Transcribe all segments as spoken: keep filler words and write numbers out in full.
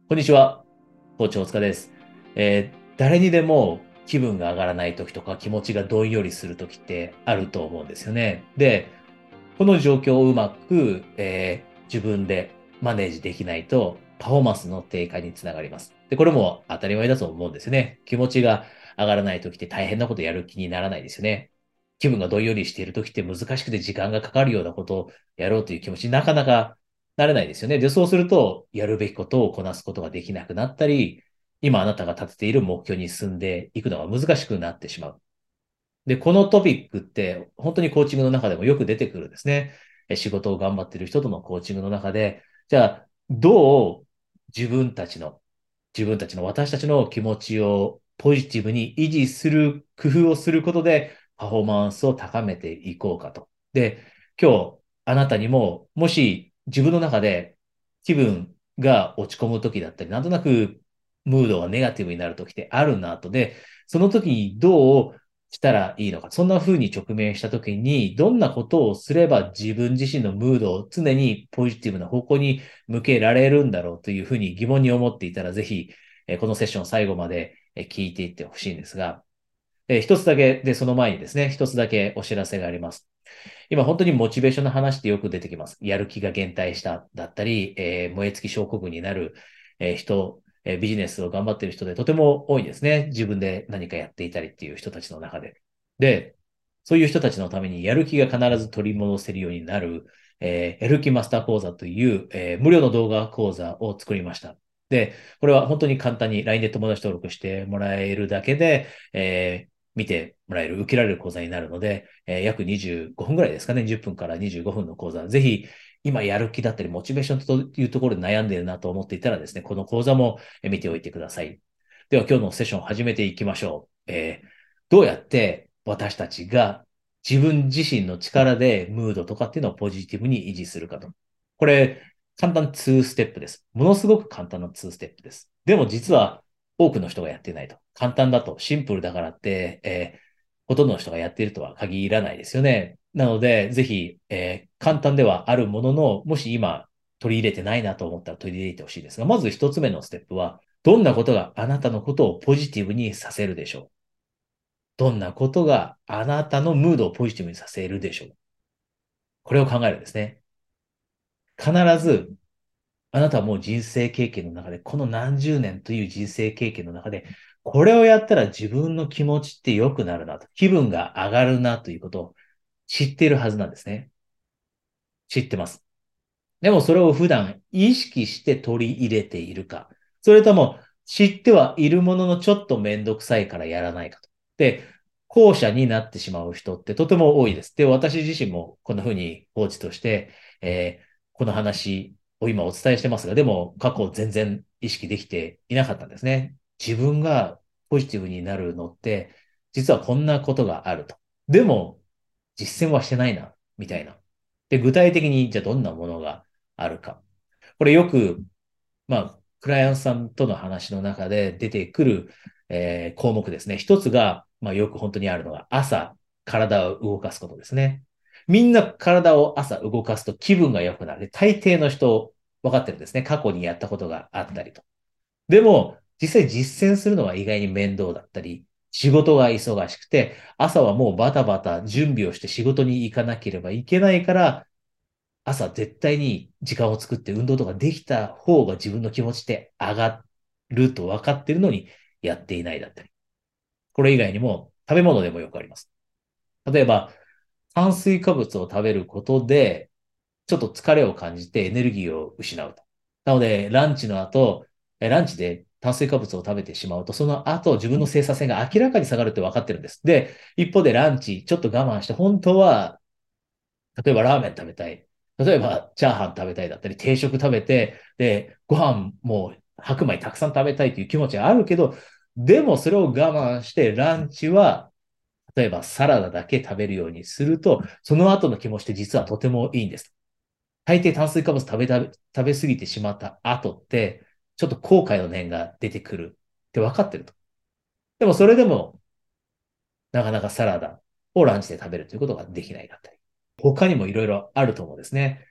こんにちは。コーチ大塚です。えー誰にでも気分が上がらない時とか気持ちがどんよりする時ってあると思うんですよね。で、この状況をうまく、えー自分でマネージできないとパフォーマンスの低下につながります。で、これも当たり前だと思うんですよね。気持ちが上がらない時って大変なことやる気にならないですよね。気分がどんよりしている時って難しくて時間がかかるようなことをやろうという気持ちになかなかなれないですよね。で、そうすると、やるべきことをこなすことができなくなったり、今あなたが立てている目標に進んでいくのが難しくなってしまう。で、このトピックって本当にコーチングの中でもよく出てくるんですね。え仕事を頑張っている人とのコーチングの中で、じゃあ、どう自分たちの、自分たちの私たちの気持ちをポジティブに維持する工夫をすることでパフォーマンスを高めていこうかと。で、今日あなたにも、もし自分の中で気分が落ち込む時だったり、なんとなくムードがネガティブになる時ってあるなとで、その時にどうしたらいいのか。そんな風に直面した時に、どんなことをすれば自分自身のムードを常にポジティブな方向に向けられるんだろうというふうに疑問に思っていたら、ぜひ、えーこのセッション最後までえー聞いていってほしいんですが、えー一つだけ、で、その前にですね、一つだけお知らせがあります。今本当にモチベーションの話ってよく出てきます。やる気が減退しただったり、えー燃え尽き症候群になる、えー人、えービジネスを頑張っている人でとても多いですね。自分で何かやっていたりっていう人たちの中で。で、そういう人たちのためにやる気が必ず取り戻せるようになる、えーやる気マスター講座という、えー無料の動画講座を作りました。で、これは本当に簡単に ライン で友達登録してもらえるだけで、えー見てもらえる、受けられる講座になるので、えー約にじゅうごふんぐらいですかね。じゅっぷんからにじゅうごふんの講座。ぜひ、今やる気だったり、モチベーションというところで悩んでいるなと思っていたらですね、この講座も見ておいてください。では、今日のセッションを始めていきましょう。えーどうやって私たちが自分自身の力でムードとかっていうのをポジティブに維持するかと。これ、簡単にステップです。ものすごく簡単なにステップです。でも実は多くの人がやっていないと。簡単だと、シンプルだからって、えーほとんどの人がやっているとは限らないですよね。なので、ぜひ、えー簡単ではあるものの、もし今取り入れてないなと思ったら取り入れてほしいですが、まず一つ目のステップは、どんなことがあなたのことをポジティブにさせるでしょう。どんなことがあなたのムードをポジティブにさせるでしょう。これを考えるんですね。必ず、あなたはもう人生経験の中で、この何十年という人生経験の中で、これをやったら自分の気持ちって良くなるなと、気分が上がるなということを知っているはずなんですね。知ってます。でもそれを普段意識して取り入れているか、それとも知ってはいるもののちょっとめんどくさいからやらないかと。で、後者になってしまう人ってとても多いです。で、私自身もこんな風にコーチとして、えーこの話を今お伝えしてますが、でも過去全然意識できていなかったんですね。自分がポジティブになるのって、実はこんなことがあると。でも、実践はしてないな、みたいな。で、具体的にじゃあどんなものがあるか。これよく、まあ、クライアントさんとの話の中で出てくる、えー項目ですね。一つが、まあ、よく本当にあるのが、朝、体を動かすことですね。みんな体を朝動かすと気分が良くなる。で大抵の人、分かってるんですね。過去にやったことがあったりと。でも、実際実践するのは意外に面倒だったり、仕事が忙しくて、朝はもうバタバタ準備をして仕事に行かなければいけないから、朝絶対に時間を作って運動とかできた方が自分の気持ちって上がると分かっているのにやっていないだったり。これ以外にも食べ物でもよくあります。例えば、炭水化物を食べることで、ちょっと疲れを感じてエネルギーを失うと。なので、ランチの後、えランチで炭水化物を食べてしまうと、その後自分の生産性が明らかに下がるって分かってるんです。で、一方でランチ、ちょっと我慢して、本当は例えばラーメン食べたい。例えばチャーハン食べたいだったり、定食食べて、で、ご飯もう白米たくさん食べたいという気持ちがあるけど、でもそれを我慢してランチは、例えばサラダだけ食べるようにすると、その後の気持ちって実はとてもいいんです。大抵炭水化物食べた、食べ過ぎてしまった後って、ちょっと後悔の念が出てくるって分かってると。でもそれでも、なかなかサラダをランチで食べるということができないだったり。他にもいろいろあると思うんですね。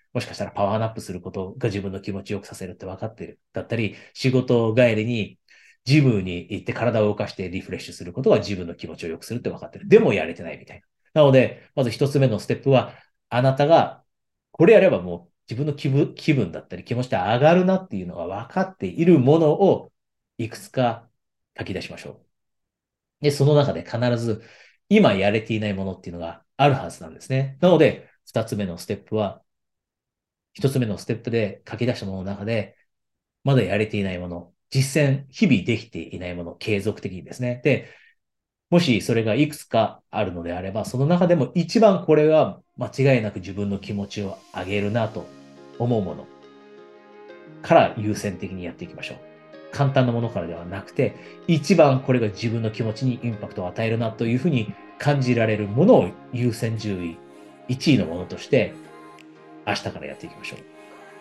もしかしたらパワーナップすることが自分の気持ちよくさせるって分かってる。だったり、仕事帰りにジムに行って体を動かしてリフレッシュすることが自分の気持ちを良くするって分かってる。でもやれてないみたいな。なので、まず一つ目のステップは、あなたがこれやればもう自分の気分、気分だったり気持ちが上がるなっていうのが分かっているものをいくつか書き出しましょう。で、その中で必ず今やれていないものっていうのがあるはずなんですね。なので、二つ目のステップは、一つ目のステップで書き出したものの中で、まだやれていないもの、実践、日々できていないもの、継続的にですね。で、もしそれがいくつかあるのであれば、その中でも一番これは間違いなく自分の気持ちを上げるなと思うものから優先的にやっていきましょう。簡単なものからではなくて、一番これが自分の気持ちにインパクトを与えるなというふうに感じられるものを優先順位いちいのものとして明日からやっていきましょう。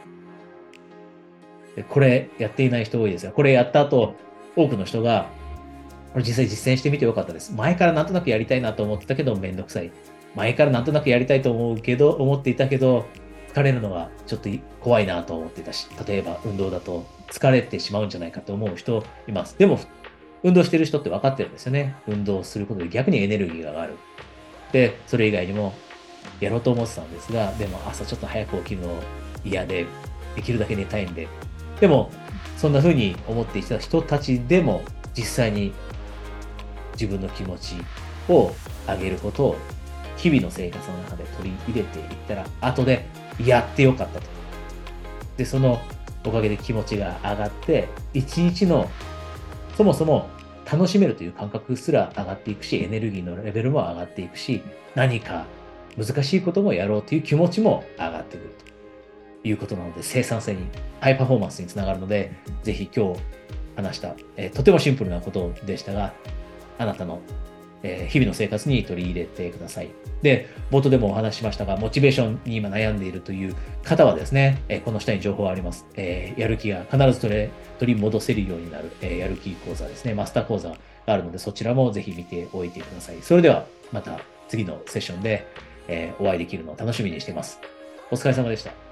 でこれやっていない人多いですが、これやった後、多くの人が、これ実際実践してみてよかったです。前からなんとなくやりたいなと思ってたけどめんどくさい。前からなんとなくやりたいと思うけど、思っていたけど、疲れるのがちょっと怖いなと思っていたし、例えば運動だと疲れてしまうんじゃないかと思う人います。でも、運動してる人って分かってるんですよね。運動することで逆にエネルギーが上がる。で、それ以外にもやろうと思ってたんですが、でも朝ちょっと早く起きるの嫌で、できるだけ寝たいんで。でも、そんな風に思っていた人たちでも、実際に自分の気持ちを上げることを日々の生活の中で取り入れていったら、後でやってよかったと。で、そのおかげで気持ちが上がって、一日のそもそも楽しめるという感覚すら上がっていくし、エネルギーのレベルも上がっていくし、何か難しいこともやろうという気持ちも上がってくるということなので、生産性に、ハイパフォーマンスにつながるので、ぜひ今日話した、えーとてもシンプルなことでしたが、あなたの、えー日々の生活に取り入れてください。で、冒頭でもお話ししましたが、モチベーションに今悩んでいるという方はですね、えーこの下に情報があります。えーやる気が必ず取れ取り戻せるようになる、えーやる気講座ですね、マスター講座があるので、そちらもぜひ見ておいてください。それでは、また次のセッションで、えーお会いできるのを楽しみにしています。お疲れ様でした。